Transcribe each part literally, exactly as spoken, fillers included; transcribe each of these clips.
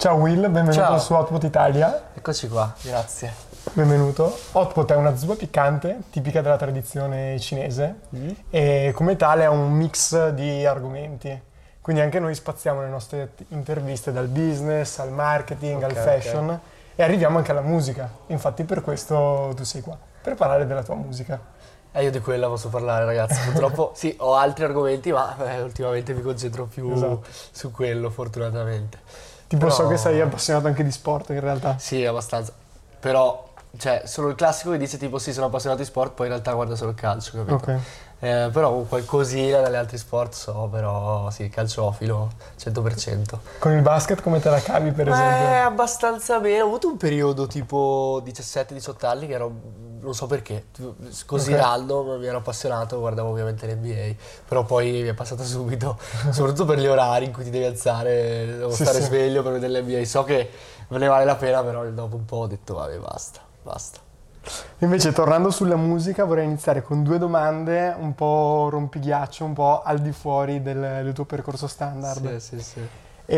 Ciao Will, benvenuto Ciao. su Hotpot Italia. Eccoci qua, grazie. Benvenuto. Hotpot è una zuppa piccante, tipica della tradizione cinese, Mm. e come tale ha un mix di argomenti. Quindi anche noi spaziamo le nostre t- interviste dal business al marketing, Ok, al fashion e arriviamo anche alla musica. Infatti per questo tu sei qua, per parlare della tua musica. Eh, io di quella posso parlare, ragazzi. Purtroppo sì, ho altri argomenti, ma eh, ultimamente mi concentro più Esatto. su quello, fortunatamente. Tipo Però- so che sei appassionato anche di sport in realtà. Sì, abbastanza. Però, cioè, sono il classico che dice tipo sì, sono appassionato di sport, poi in realtà guarda solo il calcio, capito? Ok. Eh, però qualcosina dalle altri sport so, però sì, calciofilo, cento per cento. Con il basket come te la cavi per Eh, esempio? abbastanza bene. Ho avuto un periodo tipo diciassette diciotto anni che ero, non so perché, tipo, così Ok. random, mi ero appassionato, guardavo ovviamente l'N B A, però poi mi è passato subito, soprattutto per gli orari in cui ti devi alzare, devo Sì, stare sì. sveglio per vedere l'N B A. So che me ne vale la pena, però dopo un po' ho detto vabbè basta, basta. Invece, tornando sulla musica, vorrei iniziare con due domande un po' rompighiaccio, un po' al di fuori del, del tuo percorso standard. Sì, sì, sì.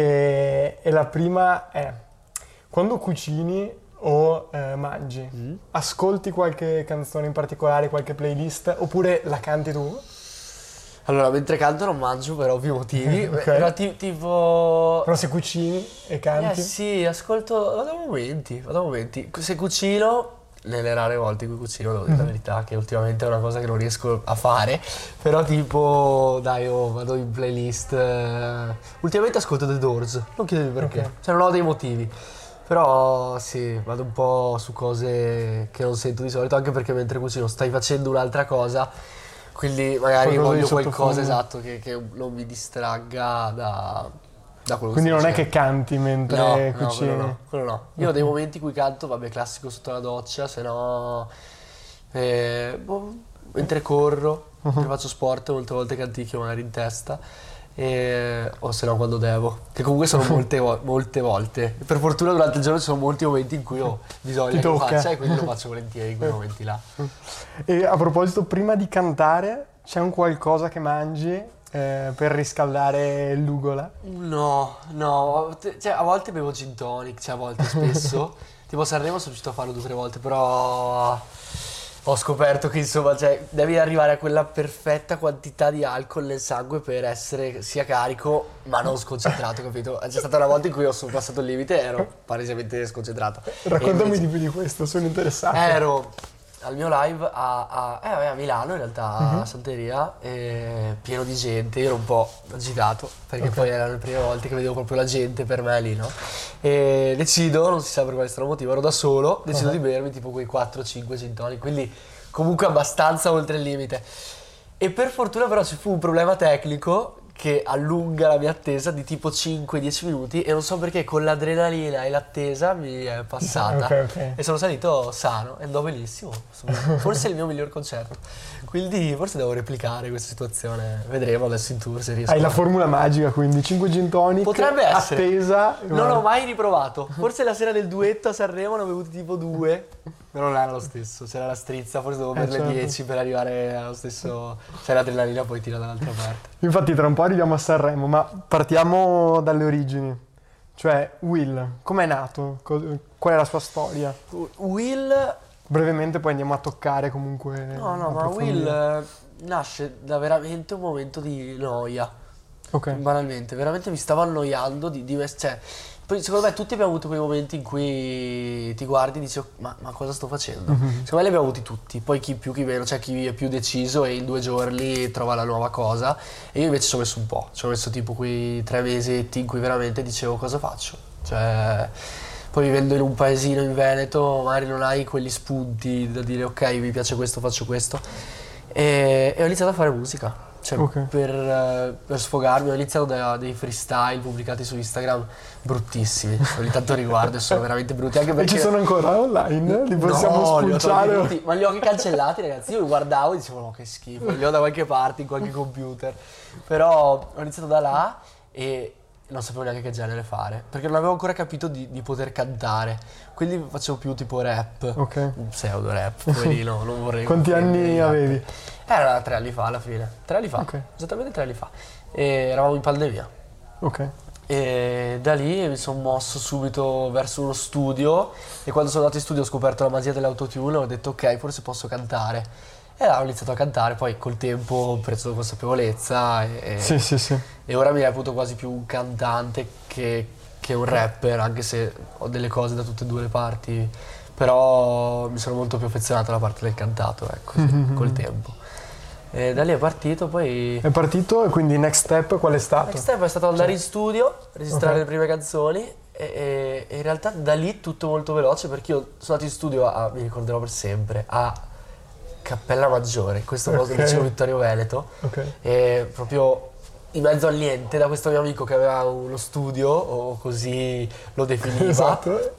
E, e la prima è, quando cucini o eh, mangi, Mm. ascolti qualche canzone in particolare, qualche playlist, oppure la canti tu? Allora, mentre canto non mangio per ovvi motivi, Ok. però ti- tipo... Però se cucini e Eh canti... sì, ascolto, vado a momenti, vado a momenti. Se cucino, nelle rare volte in cui cucino, devo dire la verità, che ultimamente è una cosa che non riesco a fare, però tipo, dai, oh, vado in playlist. eh, Ultimamente ascolto The Doors, non chiedemi perché, Ok. cioè non ho dei motivi. Però sì, vado un po' su cose che non sento di solito, anche perché mentre cucino stai facendo un'altra cosa, quindi magari Qualcosa di voglio qualcosa sottofondo. esatto che, che non mi distragga da, da quello che Quindi sto non è facendo. che canti mentre No, no, cucini? quello no, quello no. Io ho dei momenti in cui canto, vabbè, classico sotto la doccia, se no eh, boh, mentre corro, mentre faccio sport, molte volte canticchio magari in testa, e- o se no quando devo, che comunque sono molte, vo- molte volte. Per fortuna durante il giorno ci sono molti momenti in cui ho bisogno Ti che lo tocca. faccia e quindi lo faccio volentieri in quei momenti là. E a proposito, prima di cantare, c'è un qualcosa che mangi eh, per riscaldare l'ugola? No, no, te- cioè a volte bevo gin tonic, cioè a volte spesso, tipo a Sanremo sono riuscito a farlo due o tre volte, però ho scoperto che insomma, cioè, devi arrivare a quella perfetta quantità di alcol nel sangue per essere sia carico ma non sconcentrato, capito? C'è stata una volta in cui ho passato il limite e ero palesemente sconcentrato. Raccontami E invece- di più di questo, sono interessato. Ero al mio live a, a, eh, vabbè, a Milano, in realtà, Mhm. a Santeria, e pieno di gente, io ero un po' agitato, perché Ok. poi erano le prime volte che vedevo proprio la gente per me lì, no? E decido, non si sa per quale strano motivo, ero da solo, decido Ah. di bermi tipo quei quattro cinque gin tonic, quindi comunque abbastanza oltre il limite. E per fortuna però ci fu un problema tecnico che allunga la mia attesa di tipo cinque dieci minuti e non so perché con l'adrenalina e l'attesa mi è passata. Ok, ok. E sono salito sano e andò benissimo. Forse è il mio miglior concerto. Quindi forse devo replicare questa situazione. Vedremo adesso in tour se riesco. Hai la formula magica, quindi cinque gin tonic, Potrebbe essere. attesa. Non ho mai riprovato. Forse la sera del duetto a Sanremo ne ho bevuti tipo due. Però non era lo stesso. C'era la strizza, forse devo Eh, berle certo. dieci per arrivare allo stesso. Cioè l'adrenalina poi tira dall'altra parte. Infatti tra un po' arriviamo a Sanremo, ma partiamo dalle origini. Cioè, Will, com'è nato? Co- Qual è la sua storia? Will. Brevemente poi andiamo a toccare comunque. No, no, ma approfondire. Will eh, nasce da veramente un momento di noia. Ok. Banalmente, veramente mi stavo annoiando di, di me, cioè, poi secondo me tutti abbiamo avuto quei momenti in cui ti guardi e dici "Oh, ma, ma cosa sto facendo?" Secondo me li abbiamo avuti tutti, poi chi più chi meno, c'è chi è più deciso e in due giorni trova la nuova cosa e io invece ci ho messo un po', ci ho messo tipo quei tre mesetti in cui veramente dicevo cosa faccio, cioè poi vivendo in un paesino in Veneto magari non hai quegli spunti da dire ok mi piace questo, faccio questo e, e ho iniziato a fare musica. Cioè, Ok. per, eh, per sfogarmi ho iniziato da dei freestyle pubblicati su Instagram bruttissimi, ogni tanto riguardo e sono veramente brutti anche E perché ci sono ancora online? Li possiamo No, li ho spulciare? tolti tutti, ma li ho anche cancellati ragazzi, io li guardavo e dicevo no che schifo, li ho da qualche parte in qualche computer, però ho iniziato da là e non sapevo neanche che genere fare, perché non avevo ancora capito di, di poter cantare, quindi facevo più tipo rap, Ok. un pseudo rap, poverino, non vorrei Quanti offendere anni i rapper. avevi? Era tre anni fa alla fine, tre anni fa, Ok. esattamente tre anni fa, e eravamo in pandemia. Ok. E da lì mi sono mosso subito verso uno studio e quando sono andato in studio ho scoperto la magia dell'autotune e ho detto ok, forse posso cantare. E allora ho iniziato a cantare, poi col tempo ho preso consapevolezza e, Sì, sì, sì. e ora mi reputo quasi più un cantante che, che un rapper, anche se ho delle cose da tutte e due le parti, però mi sono molto più affezionato alla parte del cantato, ecco, sì, Mm-hmm. col tempo. E da lì è partito, poi... È partito e quindi next step qual è stato? Next step è stato andare in studio, registrare Ok. le prime canzoni e, e- e in realtà da lì tutto molto veloce perché io sono andato in studio a, mi ricorderò per sempre, a Cappella Maggiore, questo posto Ok. vicino Vittorio Veneto, Ok. e proprio in mezzo al niente da questo mio amico che aveva uno studio, o così lo definiva, Esatto.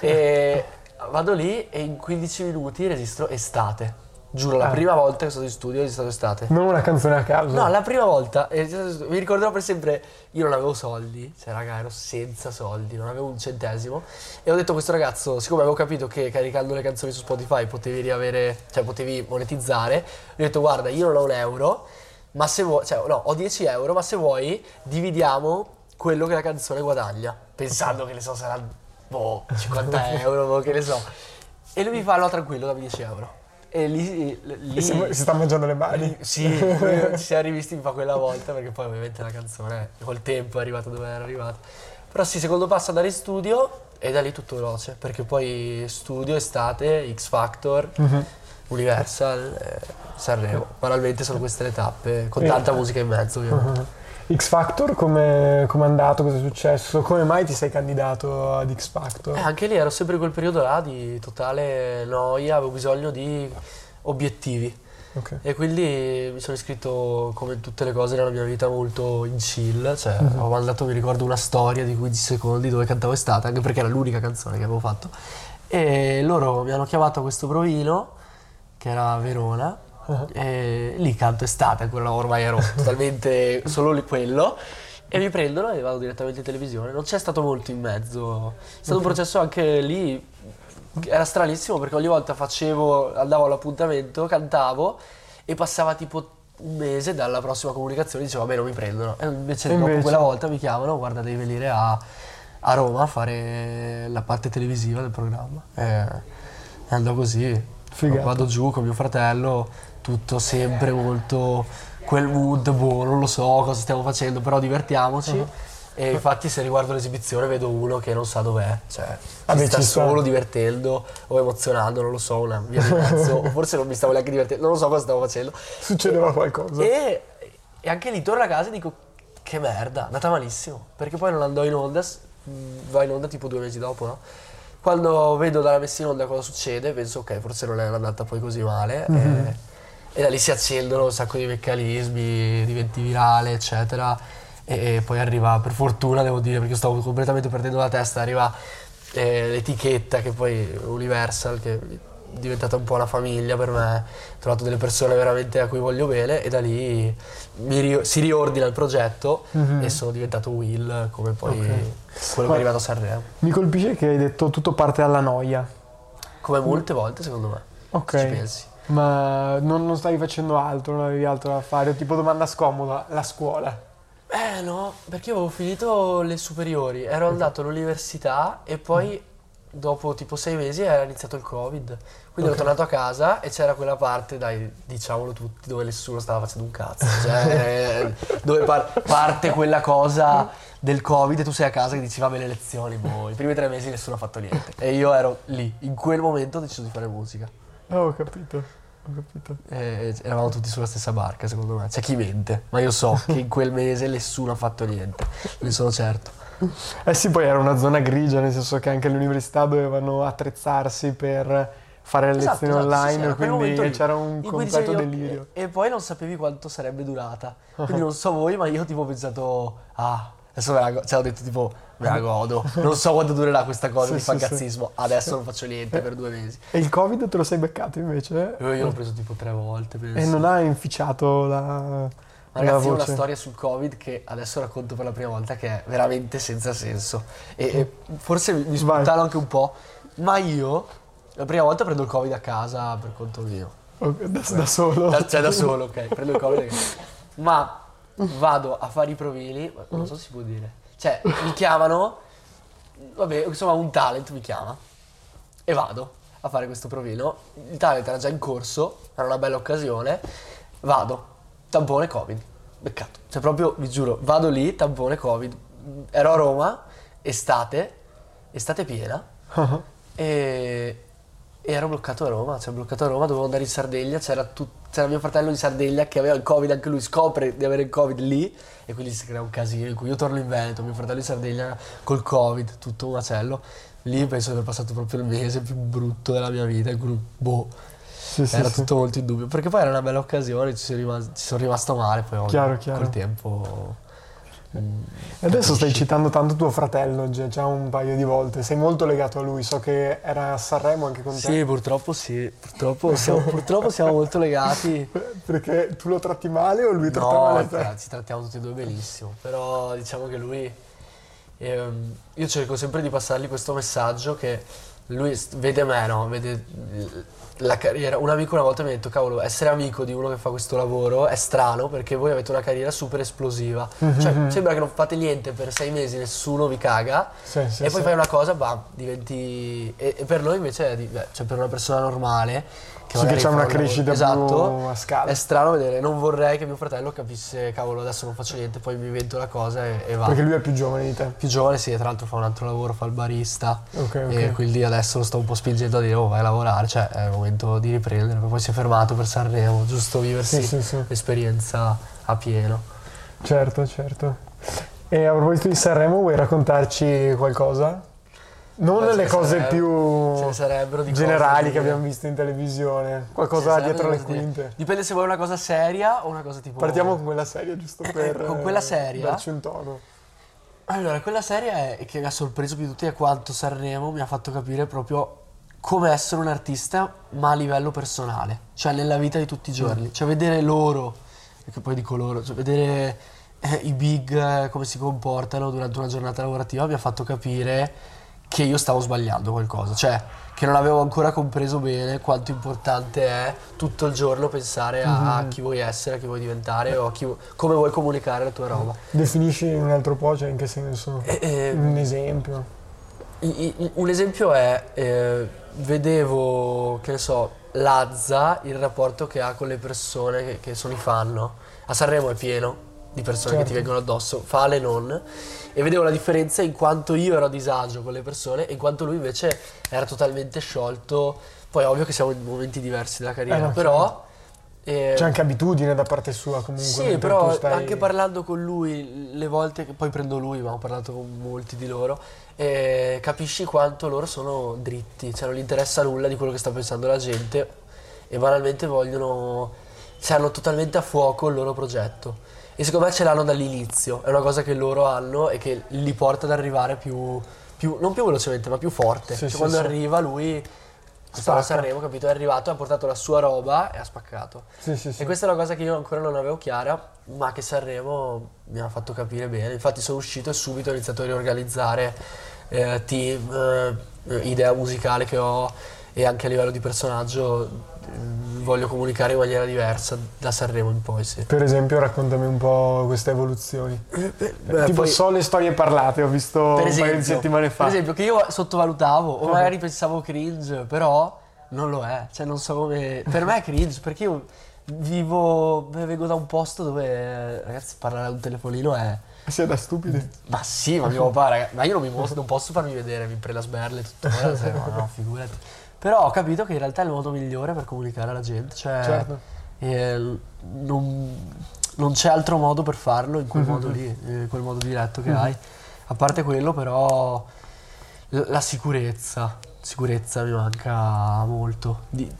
e vado lì e in quindici minuti registro Estate. Giuro, la Ah. prima volta che sono stato in studio ho registrato Estate. Non una canzone a caso. No, la prima volta, eh, mi ricorderò per sempre, io non avevo soldi, cioè raga ero senza soldi, non avevo un centesimo e ho detto a questo ragazzo, siccome avevo capito che caricando le canzoni su Spotify potevi riavere, cioè potevi monetizzare, gli ho detto guarda io non ho un euro, ma se vuoi, cioè no, ho dieci euro, ma se vuoi dividiamo quello che la canzone guadagna, pensando che ne so, sarà boh, cinquanta euro, boh, che ne so. E lui mi fa no tranquillo, dammi dieci euro. E lì, lì E si, si sta mangiando le mani. sì, noi ci siamo rivisti fa quella volta perché poi ovviamente la canzone col tempo è arrivata dove era arrivata. Però sì, secondo passo andare in studio e da lì tutto veloce, perché poi studio, estate, X Factor, Mhm. Universal, eh, Sanremo. Banalmente sono queste le tappe, con tanta musica in mezzo ovviamente. X Factor come è andato? Cosa è successo? Come mai ti sei candidato ad X Factor? Eh, anche lì ero sempre in quel periodo là di totale noia, avevo bisogno di obiettivi. Ok. E quindi mi sono iscritto come in tutte le cose nella mia vita molto in chill, cioè ho mandato mi ricordo una storia di quindici secondi dove cantavo Estate, anche perché era l'unica canzone che avevo fatto. E loro mi hanno chiamato a questo provino, che era a Verona, e lì canto Estate, quello ormai ero totalmente solo lì quello. E mi prendono e vado direttamente in televisione. Non c'è stato molto in mezzo. È stato un processo anche lì. Era stranissimo perché ogni volta facevo, andavo all'appuntamento, cantavo e passava tipo un mese dalla prossima comunicazione e dicevo vabbè non mi prendono. E invece, E dopo invece? quella volta mi chiamano, guarda devi venire a, a Roma a fare la parte televisiva del programma. E, e andò così. Figata. Vado giù con mio fratello, tutto sempre molto quel mood, boh, non lo so cosa stiamo facendo, però divertiamoci. Uh-huh. E infatti se riguardo l'esibizione vedo uno che non sa dov'è, cioè Vabbè, si sta ci sta. solo divertendo o emozionando, non lo so, una via di mezzo, o forse non mi stavo neanche divertendo, non lo so cosa stavo facendo. Succedeva qualcosa. E, e anche lì torno a casa e dico che merda, è andata malissimo, perché poi non andò in onda, s- mh, va in onda tipo due mesi dopo, no? Quando vedo dalla messa in onda cosa succede, penso ok, forse non è andata poi così male. Mhm. E, e da lì si accendono un sacco di meccanismi, diventi virale, eccetera. E, e poi arriva, per fortuna devo dire, perché io stavo completamente perdendo la testa, arriva eh, l'etichetta che poi è Universal, che è diventata un po' una famiglia per me. Ho trovato delle persone veramente a cui voglio bene e da lì mi ri- si riordina il progetto Mhm. e sono diventato Will, come poi Ok. quello che è arrivato a Sanremo. Mi colpisce che hai detto tutto parte dalla noia. Come molte volte secondo me, Ok. se ci pensi. Ma non, non stavi facendo altro, non avevi altro da fare? Tipo domanda scomoda, la scuola. Eh no, perché io avevo finito le superiori, ero andato all'università e poi dopo tipo sei mesi era iniziato il Covid. Quindi Ok. ero tornato a casa e c'era quella parte, dai, diciamolo tutti, dove nessuno stava facendo un cazzo. Cioè, dove par- parte quella cosa del Covid e tu sei a casa che dici vabbè le lezioni, boh, i primi tre mesi nessuno ha fatto niente. E io ero lì, in quel momento ho deciso di fare musica. Oh, ho capito, ho capito. E eravamo tutti sulla stessa barca, secondo me. C'è chi mente, ma io so che in quel mese nessuno ha fatto niente, ne sono certo. Eh sì, poi era una zona grigia, nel senso che anche all'università dovevano attrezzarsi per fare le Esatto, lezioni esatto, sì, sì, online, era quel momento quindi lì, c'era un in cui completo dicevi, delirio. E, e poi non sapevi quanto sarebbe durata. Quindi non so voi, ma io tipo ho pensato, ah, adesso me la go-", cioè ho detto tipo, me la godo. Non so quanto durerà questa cosa, Sì, mi fa sì, sì. cazzismo. Adesso non faccio niente per due mesi. E il Covid te lo sei beccato invece? Io, io l'ho preso tipo tre volte, penso. E non ha inficiato la, Ma la ragazzi, ho una voce? storia sul Covid che adesso racconto per la prima volta che è veramente senza senso. E, e forse mi Vai. sputtano anche un po', ma io la prima volta prendo il Covid a casa per conto mio. Ok, da, da solo? Da, cioè da solo, ok, prendo il Covid a casa. Ma vado a fare i provini, ma non so se si può dire. Cioè, mi chiamano, vabbè, insomma un talent mi chiama e vado a fare questo provino. Il talent era già in corso, era una bella occasione, vado, tampone Covid, beccato. Cioè proprio, vi giuro, vado lì, tampone Covid, ero a Roma, estate, estate piena, e, e ero bloccato a Roma, cioè bloccato a Roma, dovevo andare in Sardegna, c'era, tut, c'era mio fratello in Sardegna che aveva il Covid, anche lui scopre di avere il Covid lì, e quindi si crea un casino in cui io torno in Veneto, mio fratello in Sardegna col Covid, tutto un macello. Lì penso di aver passato proprio il mese più brutto della mia vita, in cui boh, Sì, sì, era sì. tutto molto in dubbio, perché poi era una bella occasione, ci sono rimasto, ci sono rimasto male, poi ovvio, Chiaro, chiaro. col tempo. mm, E adesso stai capisci. citando tanto tuo fratello, già, già un paio di volte. Sei molto legato a lui, so che era a Sanremo anche con te. Sì, purtroppo sì, purtroppo siamo, purtroppo siamo molto legati. Perché tu lo tratti male o lui tratta No, male te? eh, ci trattiamo tutti e due benissimo, però diciamo che lui, ehm, io cerco sempre di passargli questo messaggio che lui st- vede me, no? Vede l- la carriera. Un amico una volta mi ha detto, cavolo, essere amico di uno che fa questo lavoro è strano perché voi avete una carriera super esplosiva, cioè sembra che non fate niente per sei mesi, nessuno vi caga, Sì, sì, e poi sì. fai una cosa, bam, diventi... E, e per noi invece, è di- beh, cioè per una persona normale che Sì, che magari c'ha fa una un lavoro- crescita più esatto, a scala. è strano vedere, non vorrei che mio fratello capisse, cavolo, adesso non faccio niente, poi mi invento la cosa e, e va. Perché lui è più giovane di te. Più giovane, sì, tra l'altro fa un altro lavoro, fa il barista, Ok, ok. e quindi adesso lo sto un po' spingendo a dire, oh, vai a lavorare, cioè è il momento di riprendere, poi si è fermato per Sanremo, giusto viversi Sì, sì, sì. l'esperienza a pieno. Certo, certo. E a proposito di Sanremo, vuoi raccontarci qualcosa? Non Beh, ce le ne cose sarebbe- più ce ne sarebbero di generali cose che di- abbiamo visto in televisione. Ce ne Qualcosa sarebbe dietro le da dire. quinte. Dipende se vuoi una cosa seria o una cosa tipo... Partiamo con quella seria, giusto per Con quella eh, seria? darci un tono. Allora, quella serie è, che mi ha sorpreso più di tutti è quanto Sanremo mi ha fatto capire proprio come essere un artista, ma a livello personale, cioè nella vita di tutti i giorni. Cioè vedere loro, perché poi dico loro, cioè vedere eh, i big eh, come si comportano durante una giornata lavorativa mi ha fatto capire che io stavo sbagliando qualcosa, cioè che non avevo ancora compreso bene quanto importante è tutto il giorno pensare a, a chi vuoi essere, a chi vuoi diventare o a chi, vu- come vuoi comunicare la tua roba. Definisci un altro po', cioè in che senso? E- e- Un esempio. I- i- Un esempio è, eh, vedevo, che ne so, Lazza, il rapporto che ha con le persone che, che sono i fan, no? A Sanremo è pieno di persone che ti Certo. vengono addosso, Fale non, e vedevo la differenza in quanto io ero a disagio con le persone e in quanto lui invece era totalmente sciolto. Poi è ovvio che siamo in momenti diversi della carriera, Eh, no, però... eh, C'è anche abitudine da parte sua comunque. sì, mentre però tu stai- anche parlando con lui, le volte che poi prendo lui, ma ho parlato con molti di loro, eh, capisci quanto loro sono dritti, cioè non gli interessa nulla di quello che sta pensando la gente e banalmente vogliono, cioè hanno totalmente a fuoco il loro progetto. E secondo me ce l'hanno dall'inizio, è una cosa che loro hanno e che li porta ad arrivare più, più non più velocemente, ma più forte. Sì, Cioè sì, quando sì. arriva lui, stava a Spacca. Sanremo, capito? È arrivato, ha portato la sua roba e ha spaccato. Sì, sì, sì. E questa è una cosa che io ancora non avevo chiara, ma che Sanremo mi ha fatto capire bene. Infatti sono uscito e subito ho iniziato a riorganizzare eh, team, eh, idea musicale che ho e anche a livello di personaggio eh, voglio comunicare in maniera diversa da Sanremo in poi, sì. Per esempio, raccontami un po' queste evoluzioni. Beh, tipo, poi- so le storie parlate, ho visto per un paio di esempio, settimane fa. per esempio che io sottovalutavo o magari pensavo cringe, però non lo è, cioè non so come... Per me è cringe perché io vivo, vengo da un posto dove, eh, ragazzi, parlare a un telefonino è... Sei da stupidi. Ma sì, ma mio papà, raga- ma io non mi mostro, non posso farmi vedere, mi pre la sberle tutto, eh, se no, no, figurati. Però ho capito che in realtà è il modo migliore per comunicare alla gente, cioè Certo. eh, non, non c'è altro modo per farlo in quel modo lì, eh, quel modo diretto che hai. A parte quello però l- la sicurezza, sicurezza mi manca molto. Di-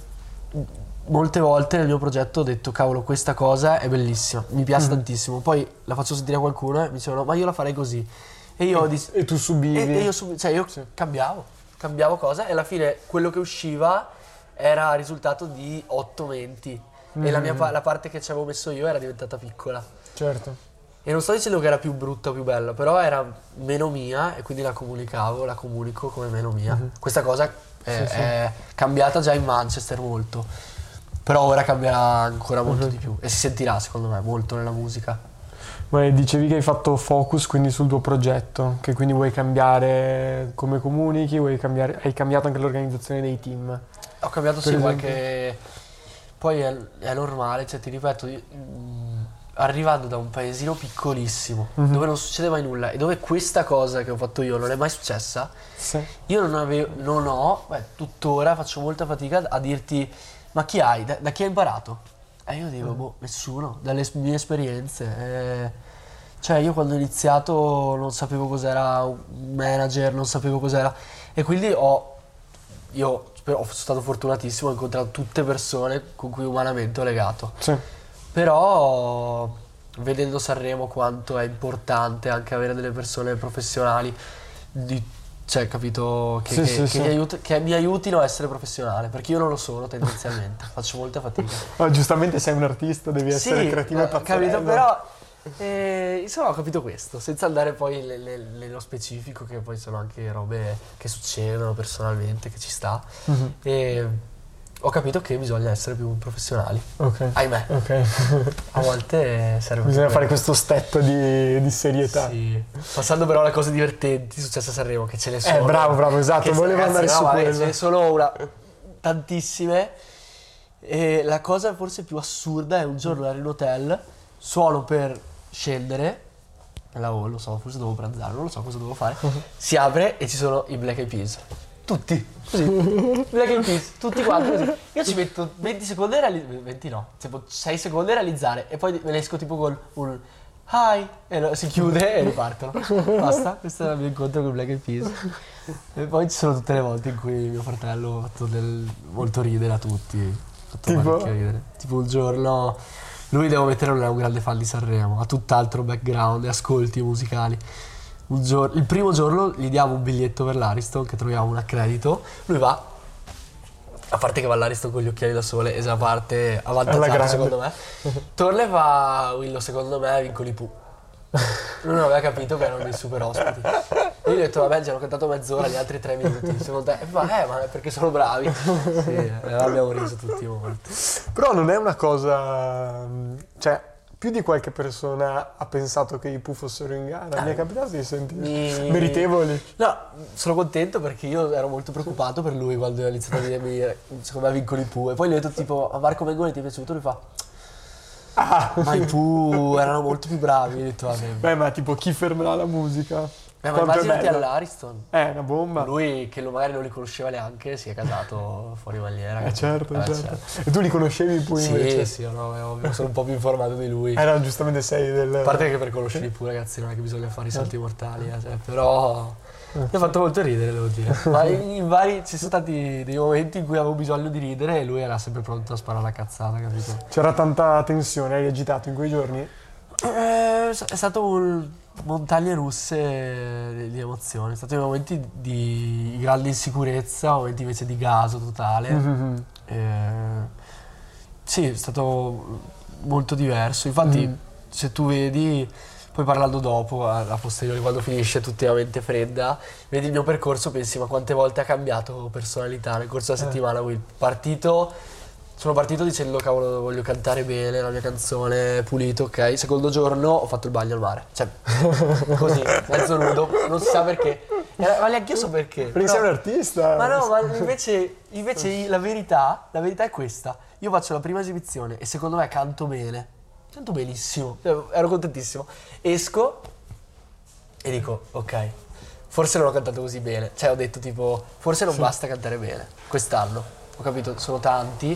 molte volte nel mio progetto ho detto cavolo questa cosa è bellissima, mi piace tantissimo, poi la faccio sentire a qualcuno e mi dicevano ma io la farei così. E io dis- E tu subivi. e, e io, sub- cioè io Sì. cambiavo, cambiavo cosa e alla fine quello che usciva era risultato di otto menti e la, mia pa- la parte che ci avevo messo io era diventata piccola. Certo. E non sto dicendo che era più brutta o più bella, però era meno mia e quindi la comunicavo, la comunico come meno mia. Questa cosa è, Sì, sì. è cambiata già in Manchester molto, però ora cambierà ancora molto di più e si sentirà secondo me molto nella musica. Ma dicevi che hai fatto focus quindi sul tuo progetto, che quindi vuoi cambiare come comunichi, vuoi cambiare, hai cambiato anche l'organizzazione dei team. Ho cambiato Per sì esempio? qualche... Poi è, è normale, cioè ti ripeto, io, mh, arrivando da un paesino piccolissimo, Mhm. dove non succede mai nulla e dove questa cosa che ho fatto io non è mai successa, Sì. io non avevo, non ho, beh, tuttora faccio molta fatica a dirti, ma chi hai? Da, da chi hai imparato? E io dico, boh, nessuno, dalle es- mie esperienze. eh. Cioè io quando ho iniziato non sapevo cos'era un manager, non sapevo cos'era. E quindi ho, io sper- ho- sono stato fortunatissimo, ho incontrato tutte persone con cui umanamente ho legato. Sì. Però vedendo Sanremo quanto è importante anche avere delle persone professionali, di, cioè capito, che, Sì, che- sì, che sì. Mi aiut- che mi aiutino a essere professionale, perché io non lo sono tendenzialmente, faccio molta fatica. Oh, giustamente sei un artista, devi essere Sì, creativo e ho capito, pazzerello. però eh, insomma ho capito questo, senza andare poi ne- ne- nello specifico, che poi sono anche robe che succedono personalmente, che ci sta. Mhm. E ho capito che bisogna essere più professionali. Ok. Ahimè, Ok. a volte serve Bisogna quello. fare questo step di, di serietà. Sì. Passando però alle cose divertenti successe a Sanremo, che ce ne sono. Eh, bravo, bravo, esatto, Che- volevo ragazzi, andare no, su ma quello. Ce ne sono una, tantissime. E la cosa forse più assurda è un giorno ero in hotel, suono per scendere, nella hall, lo so, forse devo pranzare, non lo so cosa devo fare. Si apre e ci sono i Black Eyed Peas. Tutti, così. Black Eyed Peas, tutti quanti così. Io ci metto venti secondi a realizzare, venti no, tipo sei secondi a realizzare e poi me ne esco tipo con un hi e lo- si chiude e ripartono. Basta, questo è il mio incontro con i Black Eyed Peas. E poi ci sono tutte le volte in cui mio fratello ha fatto del, molto ridere a tutti. Ha fatto Tipo? parecchio ridere. Tipo un giorno, lui devo mettere, non è un grande fan di Sanremo, ha tutt'altro background e ascolti musicali. Un giorno, il primo giorno gli diamo un biglietto per l'Ariston, che troviamo un accredito. Lui va, a parte che va all'Ariston con gli occhiali da sole, e se a parte Alla avvantaggiato grande. secondo me. Torna e fa, Willo, secondo me vinco li Pooh. Lui non aveva capito che erano dei super ospiti. E io gli ho detto, vabbè, ci hanno cantato mezz'ora, gli altri tre minuti, secondo te? E fa, eh, ma è perché sono bravi. Sì, e abbiamo riso tutti molto. Però non è una cosa... Cioè, più di qualche persona ha pensato che i Pooh fossero in gara. Mi è capitato di sentire. Mi- Meritevoli. No, sono contento perché io ero molto preoccupato per lui quando ho iniziato a dirmi, secondo me vinco i Pooh. E poi gli ho detto tipo, a Marco Mengoni ti è piaciuto? Lui fa, Ah! ma i Pooh erano molto più bravi. Io ho detto, vabbè. Beh, ma tipo chi fermerà la musica? Beh, ma Quanto è immaginati bello. all'Ariston. È una bomba. Lui che lo- magari non li conosceva neanche, si è casato fuori maniera. Eh certo, Eh, certo. E tu li conoscevi i Pooh Sì, invece? sì, no, è ovvio, sono un po' più informato di lui. Eh no, giustamente sei del... A parte che per conoscerli pure, ragazzi, non è che bisogna fare i salti mortali, eh, cioè, però mi ha fatto molto ridere, devo dire. Ma in, in vari, ci sono stati dei momenti in cui avevo bisogno di ridere e lui era sempre pronto a sparare la cazzata, capito? C'era tanta tensione, hai agitato in quei giorni? Eh, è stato un montagne russe di, di emozioni, sono stati momenti di grande insicurezza, momenti invece di gaso totale. Mhm. Eh, sì, è stato molto diverso. Infatti, Mm. se tu vedi, poi parlando dopo, a, a posteriori, quando finisce tutta la mente fredda, vedi il mio percorso, pensi, ma quante volte ha cambiato personalità nel corso della Eh. settimana. Will. Partito, sono partito dicendo, cavolo, voglio cantare bene la mia canzone, pulito, ok. Secondo giorno ho fatto il bagno al mare. Cioè, così, mezzo nudo, non si sa perché. Era- ma neanche io so perché. Perché però- sei un artista. ma no, ma invece, invece la verità, la verità è questa. Io faccio la prima esibizione e secondo me canto bene. Canto benissimo. Cioè, ero contentissimo. Esco e dico, ok, forse non ho cantato così bene. Cioè ho detto tipo, forse non basta cantare bene quest'anno. Ho capito, sono tanti.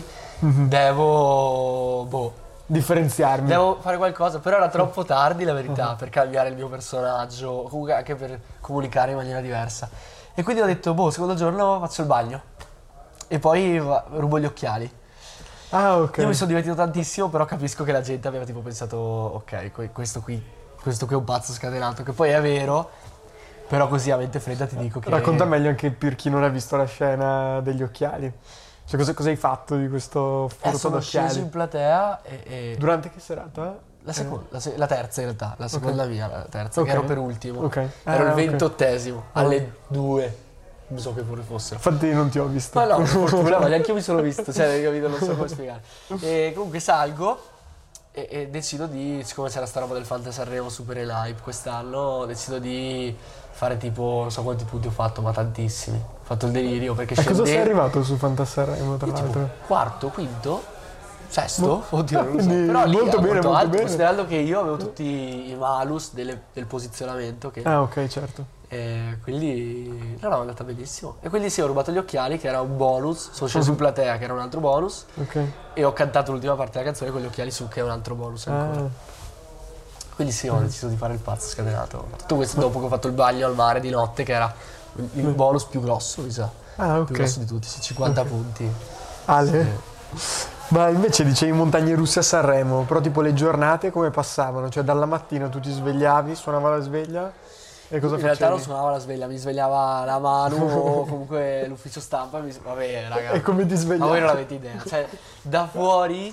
Devo, boh, Differenziarmi. devo fare qualcosa, però era troppo tardi la verità per cambiare il mio personaggio, o comunque anche per comunicare in maniera diversa. E quindi ho detto, boh, secondo giorno faccio il bagno e poi va- rubo gli occhiali. Ah, ok. Io mi sono divertito tantissimo, però capisco che la gente aveva tipo pensato, ok, que- questo qui, questo qui è un pazzo scatenato, che poi è vero, però così a mente fredda ti dico che... Racconta meglio anche per chi non ha visto la scena degli occhiali. Cioè, cosa, cosa hai fatto di questo Eh, furto sono sceso d'occhiali? in platea e... e- Durante che serata? La, seconda, la, se- la terza in realtà, la seconda mia, la terza, Ok. che ero per ultimo. Ok. Ero Ah, il ok. ventottesimo, alle due, non so che pure fossero. Infatti non ti ho visto. Ma no, per fortuna, ma neanche io mi sono visto, cioè, hai capito, non so come spiegare. E comunque salgo e, e decido di, siccome c'era sta roba del Fanta Sanremo super in hype quest'anno, decido di fare tipo, non so quanti punti ho fatto, ma tantissimi. Ho fatto il delirio perché A cosa sei scende- arrivato su Fantasarremo, tra io tipo l'altro? quarto, quinto, sesto, Mo- oddio non lo so, quindi però lì molto era bene, molto molto alto, bene. considerando che io avevo tutti i malus delle- del posizionamento, che, Ah, ok, certo. e quindi no, no, è andata benissimo. E quindi sì, ho rubato gli occhiali, che era un bonus, sono sceso in platea, che era un altro bonus, Ok. e ho cantato l'ultima parte della canzone con gli occhiali su, che è un altro bonus ancora. Ah, Quindi sì, ho deciso di fare il pazzo scatenato. Tutto questo dopo che ho fatto il bagno al mare di notte, che era il bonus più grosso, mi sa. ah, Più grosso ok. di tutti, sì, cinquanta punti. Ale? Ma invece dicevi montagne russe a Sanremo, però tipo le giornate come passavano? Cioè dalla mattina tu ti svegliavi, suonava la sveglia e cosa In facevi? realtà non suonava la sveglia, mi svegliava la Manu o comunque l'ufficio stampa. Mi... Vabbè, raga. E come ti Ma svegliavi? voi non avete idea. Cioè, da fuori,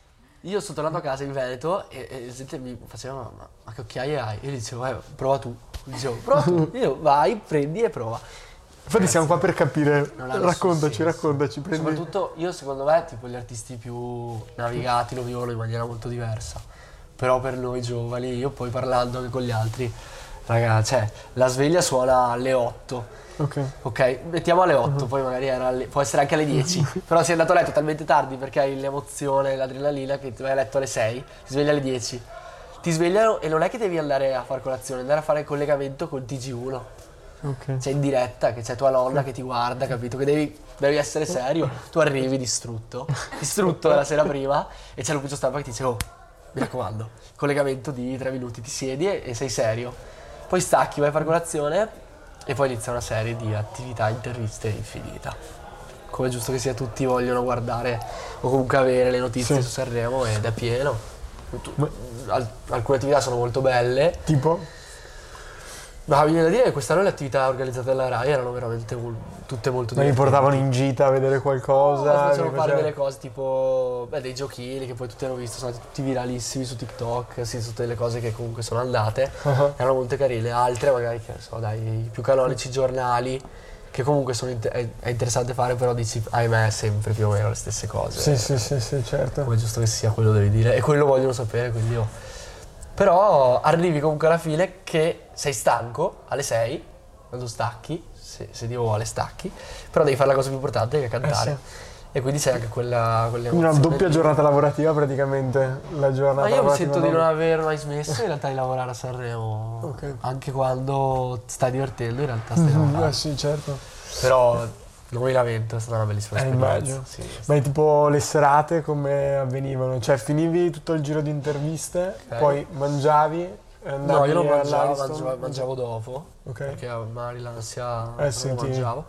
io sono tornato a casa in Veneto e, e gente mi faceva: ma, ma, ma che occhiaie hai? Io gli dicevo: eh, prova tu. Dicevo: prova tu. Io vai, prendi e prova. Infatti siamo qua per capire, Non ha nessun raccontaci, senso. raccontaci, prendi... Soprattutto io secondo me tipo gli artisti più navigati lo vivono in maniera molto diversa. Però per noi giovani, io poi parlando anche con gli altri, raga, cioè la sveglia suona alle otto. Ok. Ok, mettiamo alle otto, poi magari era alle- può essere anche alle dieci. Però sei andato a letto talmente tardi perché hai l'emozione, l'adrenalina, che ti vai a letto alle sei, ti svegli alle dieci. Ti svegliano e non è che devi andare a fare colazione, andare a fare il collegamento col T G uno. Ok. C'è in diretta, che c'è tua nonna che ti guarda, capito? Che devi, devi essere serio. Tu arrivi distrutto, distrutto la sera prima, e c'è l'ufficio stampa che ti dice: oh, mi raccomando, collegamento di tre minuti, ti siedi e, e sei serio. Poi stacchi, vai a fare colazione e poi inizia una serie di attività, interviste infinita. Come è giusto che sia, tutti vogliono guardare o comunque avere le notizie Sì. su Sanremo ed è pieno. Tu- al- alcune attività sono molto belle. Tipo? Ma mi viene da dire che quest'anno le attività organizzate dalla Rai erano veramente mol- tutte molto Ma mi divertenti. portavano in gita a vedere No, qualcosa? facevano mi fare faceva- delle cose tipo beh, dei giochini che poi tutti hanno visto, sono tutti viralissimi su TikTok, sì, tutte le cose che comunque sono andate, Ah. erano molto carine. Altre magari, che ne so, dai, i più canonici giornali, che comunque sono inter- è, è interessante fare, però dici, ahimè, è sempre più o meno le stesse cose. Sì, sì, sì, sì, certo. Come è giusto che sia, quello devi dire, e quello vogliono sapere, quindi io... Però arrivi comunque alla fine che sei stanco alle sei, quando stacchi, se, se Dio vuole stacchi, però devi fare la cosa più importante che è cantare. Eh, E quindi c'è anche quella, Una quell'emozione doppia lì. giornata lavorativa praticamente, la giornata Ma io mi lavorativa sento di non dopo. aver mai smesso in realtà di lavorare a Sanremo. Ok. Anche quando stai divertendo in realtà stai Mhm, lavorando. eh sì, certo. Però non mi lamento, è stata una bellissima Eh, esperienza. immagino. Sì, Ma è tipo le serate come avvenivano? Cioè finivi tutto il giro di interviste, Ok. poi mangiavi, e andavi No, io non mangiavo, all'Ariston? mangiavo, mangiavo dopo, Ok. perché magari l'ansia Eh, non sì, lo ti- mangiavo.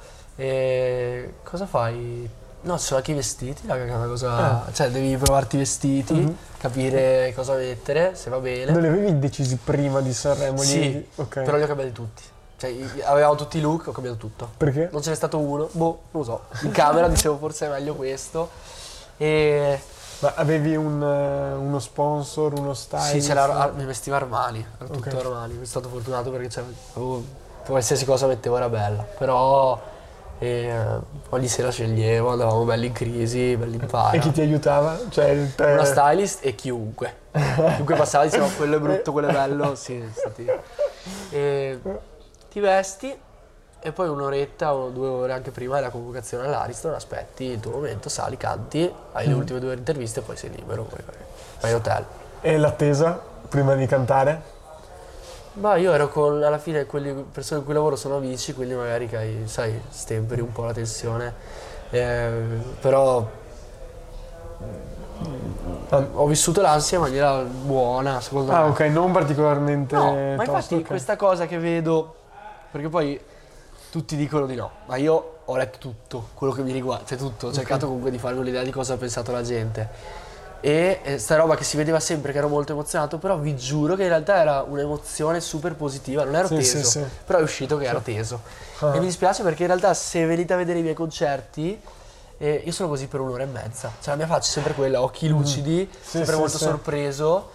E cosa fai? No, ci sono anche i vestiti, raga, che è una cosa... Cioè, devi provarti i vestiti, Mhm. capire cosa mettere, se va bene. Non li avevi decisi prima di Sanremo? Sì, Li- ok. però li ho cambiati tutti. Cioè, i- avevamo tutti i look, ho cambiato tutto. Perché? Non ce n'è stato uno, boh, non lo so. In camera dicevo forse è meglio questo. E Ma avevi un, eh, uno sponsor, uno stylist? sì, c'era, Ar- mi vestiva Armani, era tutto Ok. Armani. Sono stato fortunato perché c'era, avevo- qualsiasi cosa mettevo era bella. Però e, ogni sera sceglievo, andavamo belli in crisi, belli in para. E chi ti aiutava? Cioè il te... Una stylist e chiunque. Chiunque passava diceva quello è brutto, quello è bello. Sì, stati... E ti vesti e poi un'oretta o due ore anche prima della convocazione all'Ariston, aspetti il tuo momento, sali, canti, hai le ultime due interviste e poi sei libero, poi vai, vai in hotel. E l'attesa prima di cantare? Ma io ero con, alla fine, quelle persone con cui lavoro sono amici, quindi magari che hai, sai, stemperi un po' la tensione. Eh, però Ah, ho vissuto l'ansia in maniera buona, secondo ah, me. ok, non particolarmente No, ma tosto, infatti ok. questa cosa che vedo, perché poi tutti dicono di no, ma io ho letto tutto, quello che mi riguarda, cioè tutto, ho cercato comunque di farmi un'idea di cosa ha pensato la gente. E eh, sta roba che si vedeva sempre che ero molto emozionato, però vi giuro che in realtà era un'emozione super positiva, non ero Sì, teso, sì, sì. però è uscito che ero teso. Ah. E mi dispiace perché in realtà se venite a vedere i miei concerti, eh, io sono così per un'ora e mezza, cioè la mia faccia è sempre quella, occhi lucidi, Sì, sempre sì, molto sì. sorpreso.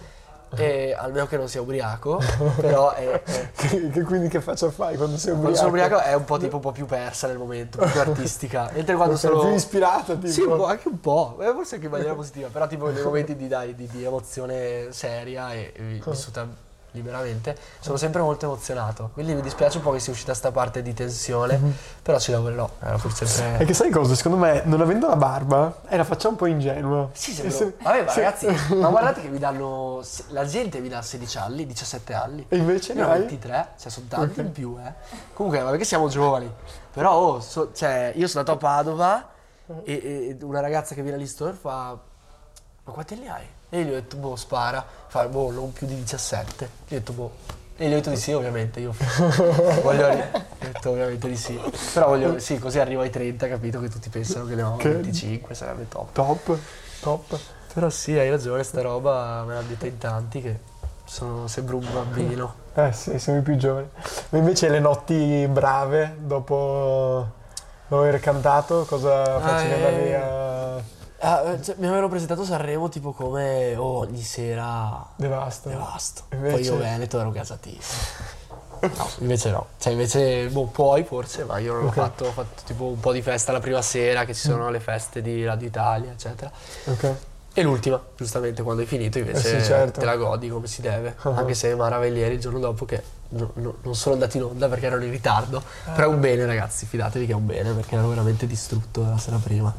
e almeno che non sia ubriaco, però è, è- Che, che quindi che faccia fai quando sei quando ubriaco? sono ubriaco è un po' tipo un po' più persa nel momento, un po' più artistica, mentre quando Ok, sono più ispirata, tipo. sì, un po', anche un po', eh, forse anche in maniera positiva, però tipo nei momenti di, dai, di, di emozione seria e, e vissuta liberamente, sono sempre molto emozionato, quindi mi dispiace un po' che sia uscita sta parte di tensione, però ci lavorerò, eh, pur È sempre... che sai cosa? Secondo me, non avendo la barba, è la faccia un po' ingenua. Sì, E sembro... se- Vabbè, ma se- ragazzi, ma guardate che vi danno... La gente vi dà sedici anni, diciassette anni. E invece Io ho noi? ventitré, cioè sono tanti in più, eh. Comunque, vabbè che siamo giovani. Però, oh, so- cioè, io sono andato a Padova e, e una ragazza che viene all'istore fa... Ma quanti anni hai? E io gli ho detto, boh, spara. Fa, boh, non più di diciassette. Gli ho detto, boh... E gli ho detto di sì, ovviamente, io voglio... ri- Ho detto ovviamente di sì. Però voglio... Sì, così arrivo ai trenta, capito? Che tutti pensano che ne ho Che- venticinque, sarebbe top. Top, top. Però sì, hai ragione, sta roba me l'ha detta in tanti che sono, sembro un bambino. Eh sì, siamo i più giovani. Ma invece le notti brave, dopo, dopo aver cantato, cosa facevi? eh. Andavi a... Ah, cioè, mi avevano presentato Sanremo tipo come oh, ogni sera Devasto. devasto. Invece- Poi io Veneto ero gasatissimo. No, invece no. Cioè invece, boh, poi forse, ma io non l'ho Ok. fatto, ho fatto tipo un po' di festa la prima sera, che ci sono le feste di Radio Italia, eccetera. Ok. E l'ultima, giustamente, quando hai finito invece Eh sì, certo. te la godi come si deve. Ah. Anche se Maravellieri il giorno dopo che no- no- non sono andati in onda perché erano in ritardo. Però è un bene ragazzi, fidatevi che è un bene perché ero veramente distrutto la sera prima.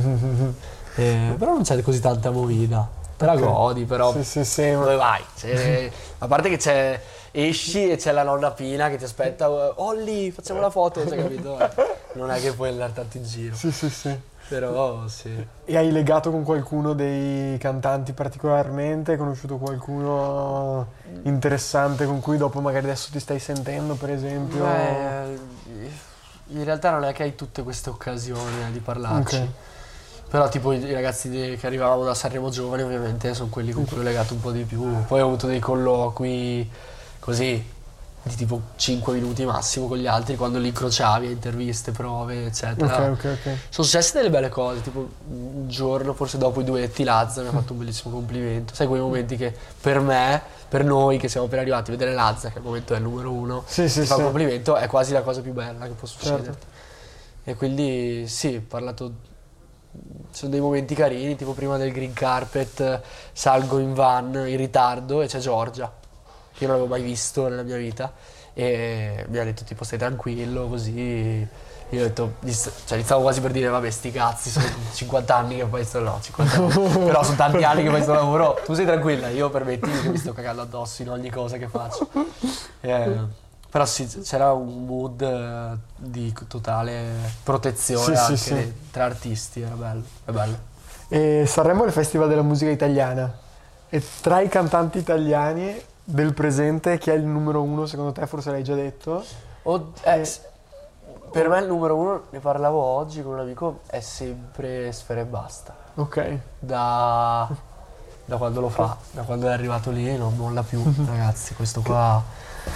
Eh, però non c'è così tanta movida. Te la Ok. godi, però Sì, sì, sì. ma- dove vai? C'è- a parte che c'è esci e c'è la nonna Pina che ti aspetta, Olli, facciamo la foto, cioè, capito? Eh, Non è che puoi andare tanto in giro. Sì, sì, sì. Però sì. E hai legato con qualcuno dei cantanti particolarmente? Hai conosciuto qualcuno interessante con cui dopo magari adesso ti stai sentendo, per esempio? Beh, in realtà non è che hai tutte queste occasioni eh, di parlarci. Ok. Però tipo i i ragazzi de- che arrivavano da Sanremo Giovani ovviamente sono quelli con cui ho legato un po' di più. Poi ho avuto dei colloqui così di tipo cinque minuti massimo con gli altri quando li incrociavi a interviste, prove, eccetera. Ok, ok, ok. Sono successe delle belle cose, tipo un giorno, forse dopo i duetti, Lazza mi ha fatto un bellissimo complimento. Sai quei momenti che per me, per noi che siamo appena arrivati, vedere Lazza, che al momento è il numero uno, Sì, sì, ti fa sì. un complimento, è quasi la cosa più bella che può succederti. Certo. E quindi sì, ho parlato... Ci sono dei momenti carini, tipo prima del green carpet salgo in van in ritardo e c'è Giorgia, che io non avevo mai visto nella mia vita, e mi ha detto tipo stai tranquillo, così. Io ho detto, gli st- cioè iniziavo quasi per dire vabbè sti cazzi, sono cinquanta anni che poi sto, no, cinquanta anni, però sono tanti anni che poi sto lavoro, tu sei tranquilla, io permettimi che mi sto cagando addosso in ogni cosa che faccio. Eh, però sì, c'era un mood eh, di totale protezione Sì, sì, anche sì. tra artisti, era bello, è bello. E Sanremo è il Festival della musica italiana. E tra i cantanti italiani del presente, chi è il numero uno, secondo te? Forse l'hai già detto. O- eh, s- per me il numero uno, ne parlavo oggi con un amico, è sempre Sfera e Basta. Ok. Da, da quando lo fa, da quando è arrivato lì non molla più, ragazzi, questo qua...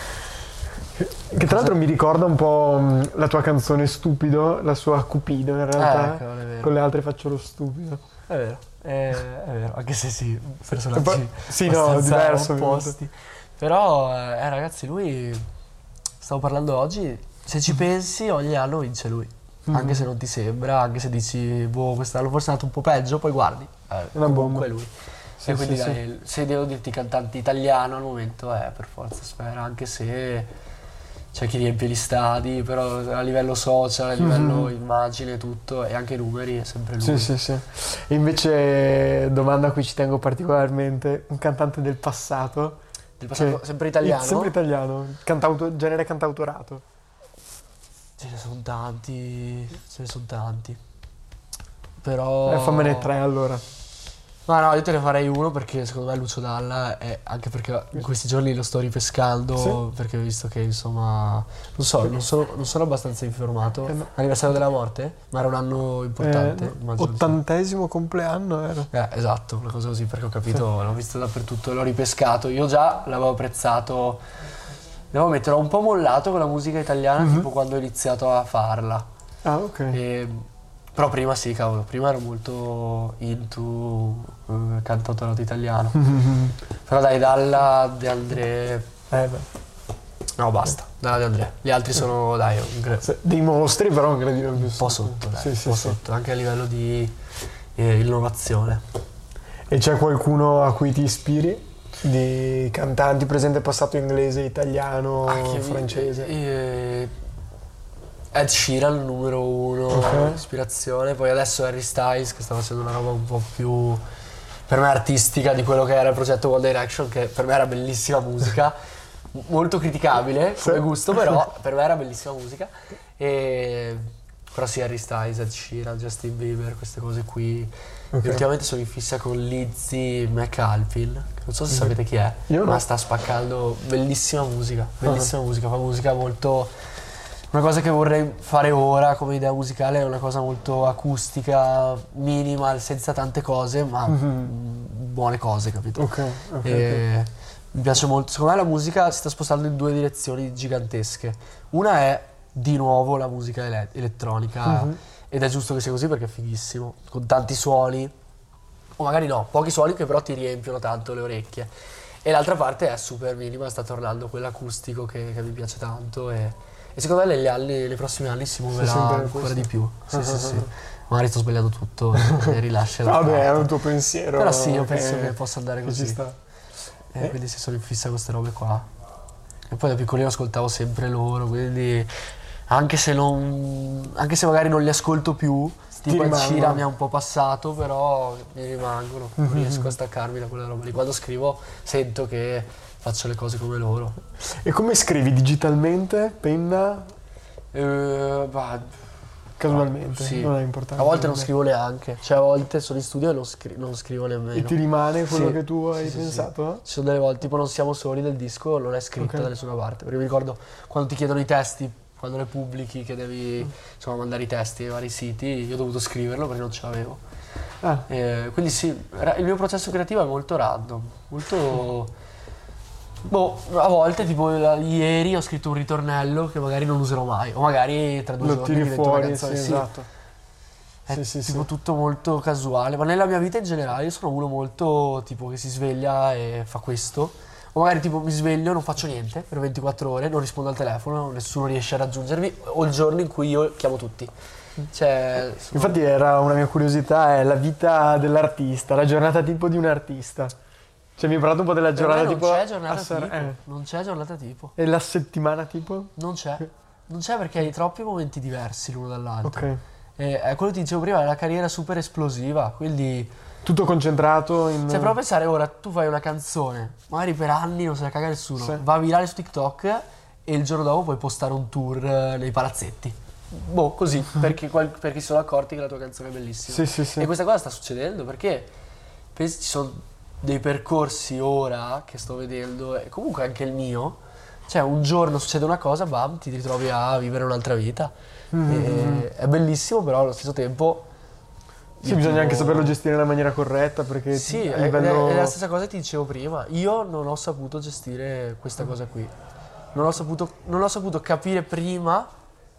Che tra l'altro mi ricorda un po' mh, la tua canzone Stupido, la sua Cupido in realtà. Eh, cavolo, è vero. Con le altre faccio lo stupido. È vero, è, è vero, anche se sì, E personaggi poi- sì, no, abbastanza diverso, opposti. Però, eh, eh, ragazzi, lui, stavo parlando oggi, se ci pensi ogni anno vince lui. Anche se non ti sembra, anche se dici, boh, quest'anno forse è andato un po' peggio, poi guardi, eh, Una comunque bomba. è lui. Sì, e quindi sì, dai, se devo dirti cantante italiano al momento è per forza Sfera, anche se c'è chi riempie gli stadi, però a livello social, a livello immagine, tutto, e anche numeri è sempre lui. Sì, sì, sì. E invece, domanda a cui ci tengo particolarmente, un cantante del passato. Del passato, che- sempre italiano? Sempre italiano, cantauto- genere cantautorato. Ce ne sono tanti, ce ne sono tanti. Però... Eh, fammene tre allora. Ma no, io te ne farei uno perché secondo me Lucio Dalla è anche perché in questi giorni lo sto ripescando, Sì. perché ho visto che insomma, non so, non sono, non sono abbastanza informato. Eh, no. Anniversario della morte? Ma era un anno importante, Eh, immagino di sì. ottantesimo compleanno era. Eh, esatto, una cosa così perché ho capito, l'ho visto dappertutto e l'ho ripescato. Io già l'avevo apprezzato, devo ammettere, ho un po' mollato con la musica italiana, tipo quando ho iniziato a farla. Ah, ok. E Però prima sì, cavolo, prima ero molto into eh, cantautorato italiano. Però dai, Dalla, De André... Eh beh. No, basta, Dalla De André. Gli altri sono, dai, un, gre- Se- Dei mostri, però un gradino più un po' sotto, dai, Sì, un sì, po' sì. sotto, anche a livello di eh, innovazione. E c'è qualcuno a cui ti ispiri? Di cantanti, presente, passato, inglese, italiano, Ah, che mi- francese? eh, Ed Sheeran numero uno, Ok. ispirazione, poi adesso Harry Styles che sta facendo una roba un po' più per me artistica di quello che era il progetto One Direction, che per me era bellissima musica, m- molto criticabile come Sì. gusto, però per me era bellissima musica. E però sì, Harry Styles, Ed Sheeran, Justin Bieber, queste cose qui. Ok. E ultimamente sono in fissa con Lizzy McAlpin, che non so se sapete chi è, Io no. ma sta spaccando bellissima musica, bellissima musica, fa musica molto... Una cosa che vorrei fare ora come idea musicale è una cosa molto acustica, minimal, senza tante cose, ma mm, buone cose, capito? Ok, ok. E mi piace molto. Secondo me la musica si sta spostando in due direzioni gigantesche. Una è di nuovo la musica ele- elettronica, Mhm. ed è giusto che sia così perché è fighissimo, con tanti suoni, o magari no, pochi suoni che però ti riempiono tanto le orecchie. E l'altra parte è super minima, sta tornando quell'acustico che, che mi piace tanto e... E secondo me negli anni, nei prossimi anni si muoverà sempre ancora questo. di più. Sì, sì, sì. Magari sto sbagliando tutto e rilascia la Vabbè, è parte. un tuo pensiero. Però sì, io penso che possa andare che così. ci sta. Eh, quindi si sono in fissa queste robe qua. E poi da piccolino ascoltavo sempre loro, quindi anche se non. Anche se magari non li ascolto più, tipo Ed rimangono. Sheeran mi ha un po' passato, però mi rimangono. Non Mhm. riesco a staccarmi da quella roba lì. Quando scrivo sento che faccio le cose come loro. E come scrivi? Digitalmente? Penna? Eh, bah, Casualmente? sì. Non è importante. A volte non Vabbè. scrivo neanche, cioè a volte sono in studio e non, scri- non scrivo nemmeno. E ti rimane quello Sì. che tu hai Sì, sì, pensato? Ci sono delle volte, tipo Non siamo soli del disco, non è scritta Ok. da nessuna parte. Perché mi ricordo quando ti chiedono i testi, quando le pubblichi, che devi insomma mandare i testi ai vari siti, io ho dovuto scriverlo perché non ce l'avevo. Ah, Eh, quindi sì, ra- il mio processo creativo è molto random, molto... Boh, a volte tipo la- ieri ho scritto un ritornello che magari non userò mai, o magari tra due lo giorni tiri diventa una fuori, sì, canzone. Sì. esatto. È Sì, sì, tipo sì. tutto molto casuale, ma nella mia vita in generale io sono uno molto tipo che si sveglia e fa questo. O magari tipo mi sveglio e non faccio niente per ventiquattro ore, non rispondo al telefono, nessuno riesce a raggiungermi, o il giorno in cui io chiamo tutti. Cioè, sono- Infatti era una mia curiosità, è la vita dell'artista, la giornata tipo di un artista. Cioè mi hai parlato un po' della per me giornata non tipo c'è a giornata San- tipo, eh. non c'è giornata tipo, E la settimana tipo? non c'è, non c'è perché hai troppi momenti diversi l'uno dall'altro. Ok. E è quello che ti dicevo prima, è una carriera super esplosiva, quindi Tutto concentrato in... se prova a pensare ora, tu fai una canzone, magari per anni non se la caga nessuno, Sì. va virale su TikTok e il giorno dopo puoi postare un tour eh, nei palazzetti. Boh, così, perché, qual- perché si sono accorti che la tua canzone è bellissima. Sì, sì, sì. E questa cosa sta succedendo perché pensi ci sono dei percorsi ora che sto vedendo, e comunque anche il mio, cioè un giorno succede una cosa, bam, ti ritrovi a vivere un'altra vita. E è bellissimo, però allo stesso tempo... Sì, io bisogna tipo- anche saperlo gestire nella maniera corretta perché Sì, a è, livello... è la stessa cosa che ti dicevo prima. Io non ho saputo gestire questa cosa qui. Non ho saputo, non ho saputo capire prima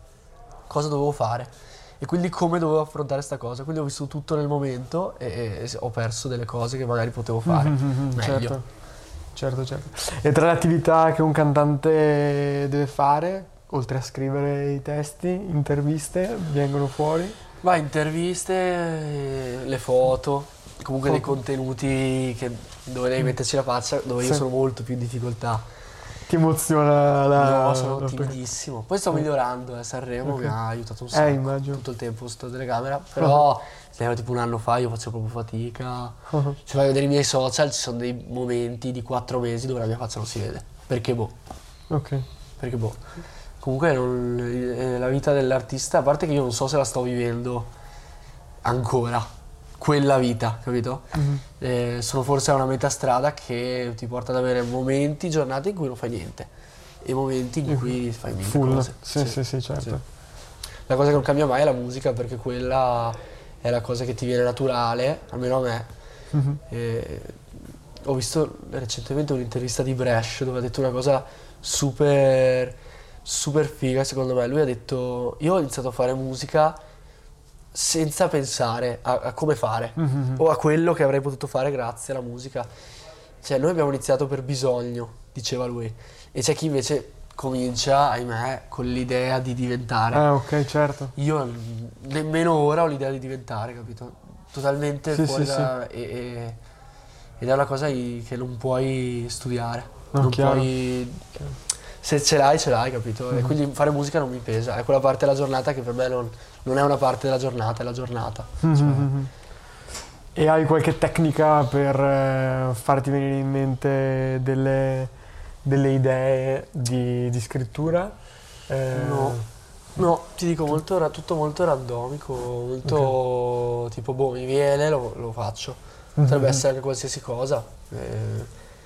cosa dovevo fare e quindi come dovevo affrontare sta cosa. Quindi ho vissuto tutto nel momento e, e ho perso delle cose che magari potevo fare Mhm, meglio. certo, certo, certo. E tra le attività che un cantante deve fare, oltre a scrivere i testi, interviste vengono fuori? Ma interviste, eh, le foto, comunque dei Foto. contenuti che- dove devi metterci la faccia, dove io Sì. sono molto più in difficoltà. Ti emoziona la... No, sono la- timidissimo. Poi sto migliorando, eh, Sanremo Ok. mi ha aiutato un Eh, sacco. immagino. Tutto il tempo sto telecamera, però se era tipo un anno fa io faccio proprio fatica. Uh-huh. Se vai a vedere i miei social ci sono dei momenti di quattro mesi dove la mia faccia non si vede. Perché boh, Ok. perché boh. Comunque non- eh, la vita dell'artista, a parte che io non so se la sto vivendo ancora, quella vita, capito? Mhm. Eh, sono forse a una metà strada che ti porta ad avere momenti, giornate in cui non fai niente e momenti in cui fai mille Full. cose. Sì, sì, sì, certo. Sì. La cosa che non cambia mai è la musica perché quella è la cosa che ti viene naturale, almeno a me. Mhm. E ho visto recentemente un'intervista di Bresh dove ha detto una cosa super, super figa secondo me. Lui ha detto, io ho iniziato a fare musica senza pensare a, a come fare Mhm. o a quello che avrei potuto fare grazie alla musica. Cioè, noi abbiamo iniziato per bisogno, diceva lui, e c'è chi invece comincia, ahimè, con l'idea di diventare. Ah, ok, certo. Io mm, nemmeno ora ho l'idea di diventare, capito? Totalmente Sì, fuori sì, da... E, e- ed è una cosa i- che non puoi studiare. No, non chiaro. puoi... Se ce l'hai, ce l'hai, capito? E quindi fare musica non mi pesa. È quella parte della giornata che per me non, non è una parte della giornata, è la giornata. Mhm. E hai qualche tecnica per eh, farti venire in mente delle, delle idee di, di scrittura? Eh, No, no, ti dico molto, ra- tutto molto randomico, molto tipo, boh, mi viene, lo, lo faccio. Potrebbe Mhm. essere anche qualsiasi cosa. Eh,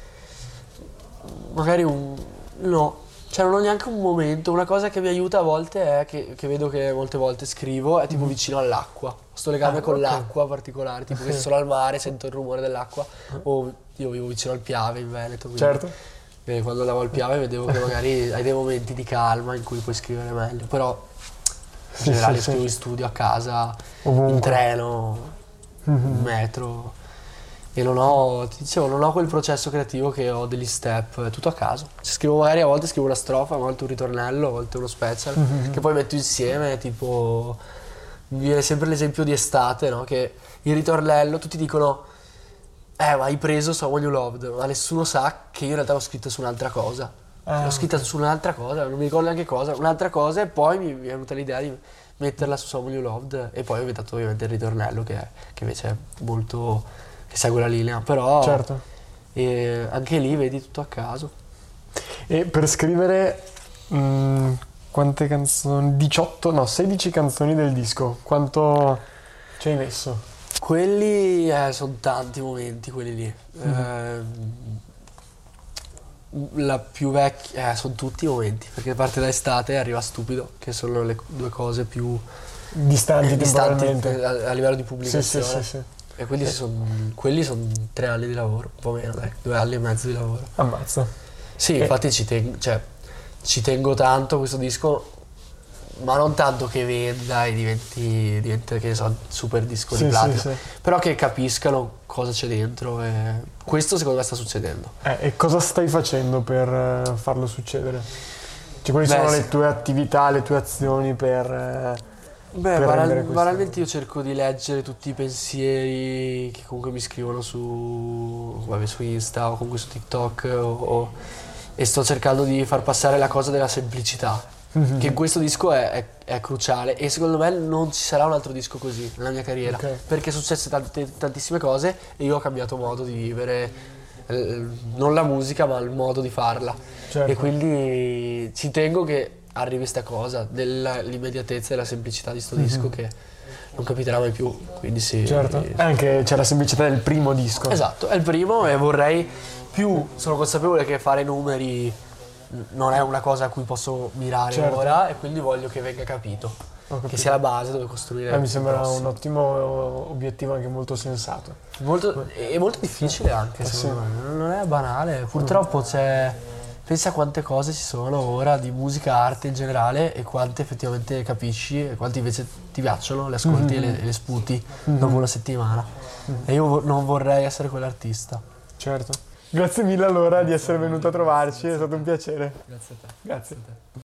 magari un... no, cioè non ho neanche un momento. Una cosa che mi aiuta a volte è che, che vedo che molte volte scrivo è tipo vicino all'acqua. Sto legame Ah, con ok. l'acqua particolare, tipo che sono al mare, sento il rumore dell'acqua, o io vivo vicino al Piave in Veneto, quindi Certo. eh, quando andavo al Piave vedevo che magari hai dei momenti di calma in cui puoi scrivere meglio, però in Sì, generale sì, scrivo sì. in studio, a casa, Ovunque. in treno, in metro. E non ho, ti dicevo, non ho quel processo creativo che ho degli step, è tutto a caso. Cioè, scrivo magari a volte scrivo una strofa, a volte un ritornello, a volte uno special, che poi metto insieme, tipo mi viene sempre l'esempio di Estate, no? Che il ritornello, tutti dicono eh, ma hai preso Someone You Loved, ma nessuno sa che io in realtà l'ho scritta su un'altra cosa. Ah, l'ho scritta su un'altra cosa, non mi ricordo neanche cosa, un'altra cosa, e poi mi mi è venuta l'idea di metterla su Someone You Loved, e poi ho inventato ovviamente il ritornello che, è- che invece è molto... che segue la linea, però Certo. eh, anche lì vedi tutto a caso. E per scrivere mh, quante canzoni? diciotto, no, sedici canzoni del disco. Quanto ci hai messo? Quelli eh, sono tanti momenti, quelli lì. Eh, la più vecchia, eh, sono tutti i momenti, perché parte da Estate e arriva Stupido, che sono le due cose più Distanti distanti temporalmente. a, a livello di Sì, pubblicazione. sì, sì, sì. E quindi son- quelli sono tre anni di lavoro, un po' meno, dai, due anni e mezzo di lavoro. Ammazza. Sì, Eh. infatti ci, ten- cioè, ci tengo tanto a questo disco, ma non tanto che venda e diventi, diventi che ne so, super disco Sì, di sì, platino, sì. però che capiscano cosa c'è dentro, e questo secondo me sta succedendo. Eh, e cosa stai facendo per eh, farlo succedere? Cioè, quali Beh, sono sì. le tue attività, le tue azioni per... eh, Beh, per banal- rendere questo- banalmente io cerco di leggere tutti i pensieri che comunque mi scrivono su, vabbè, su Insta o comunque su TikTok, o- o- e sto cercando di far passare la cosa della semplicità, Mhm. che in questo disco è, è- è cruciale, e secondo me non ci sarà un altro disco così nella mia carriera, Ok. perché sono successe tante- tantissime cose e io ho cambiato modo di vivere, eh, non la musica ma il modo di farla. Certo. E quindi ci tengo che arrivi sta cosa dell'immediatezza e la semplicità di sto disco che non capiterà mai più. Quindi sì. Certo. E anche c'è la semplicità del primo disco. Esatto, è il primo e vorrei più, sono consapevole che fare numeri non è una cosa a cui posso mirare Certo. ora, e quindi voglio che venga capito, Ho capito. che sia la base dove costruire. Eh, mi il sembra prossimo. un ottimo obiettivo, anche molto sensato. Molto, è molto difficile anche, Eh, secondo me. Non è banale. Purtroppo c'è. Pensa a quante cose ci sono ora di musica, arte in generale, e quante effettivamente capisci e quante invece ti piacciono, le ascolti e, le, e le sputi dopo una settimana. E io vo- non vorrei essere quell'artista. Certo. Grazie mille allora di essere venuto a trovarci, è stato un piacere. Grazie a te. Grazie.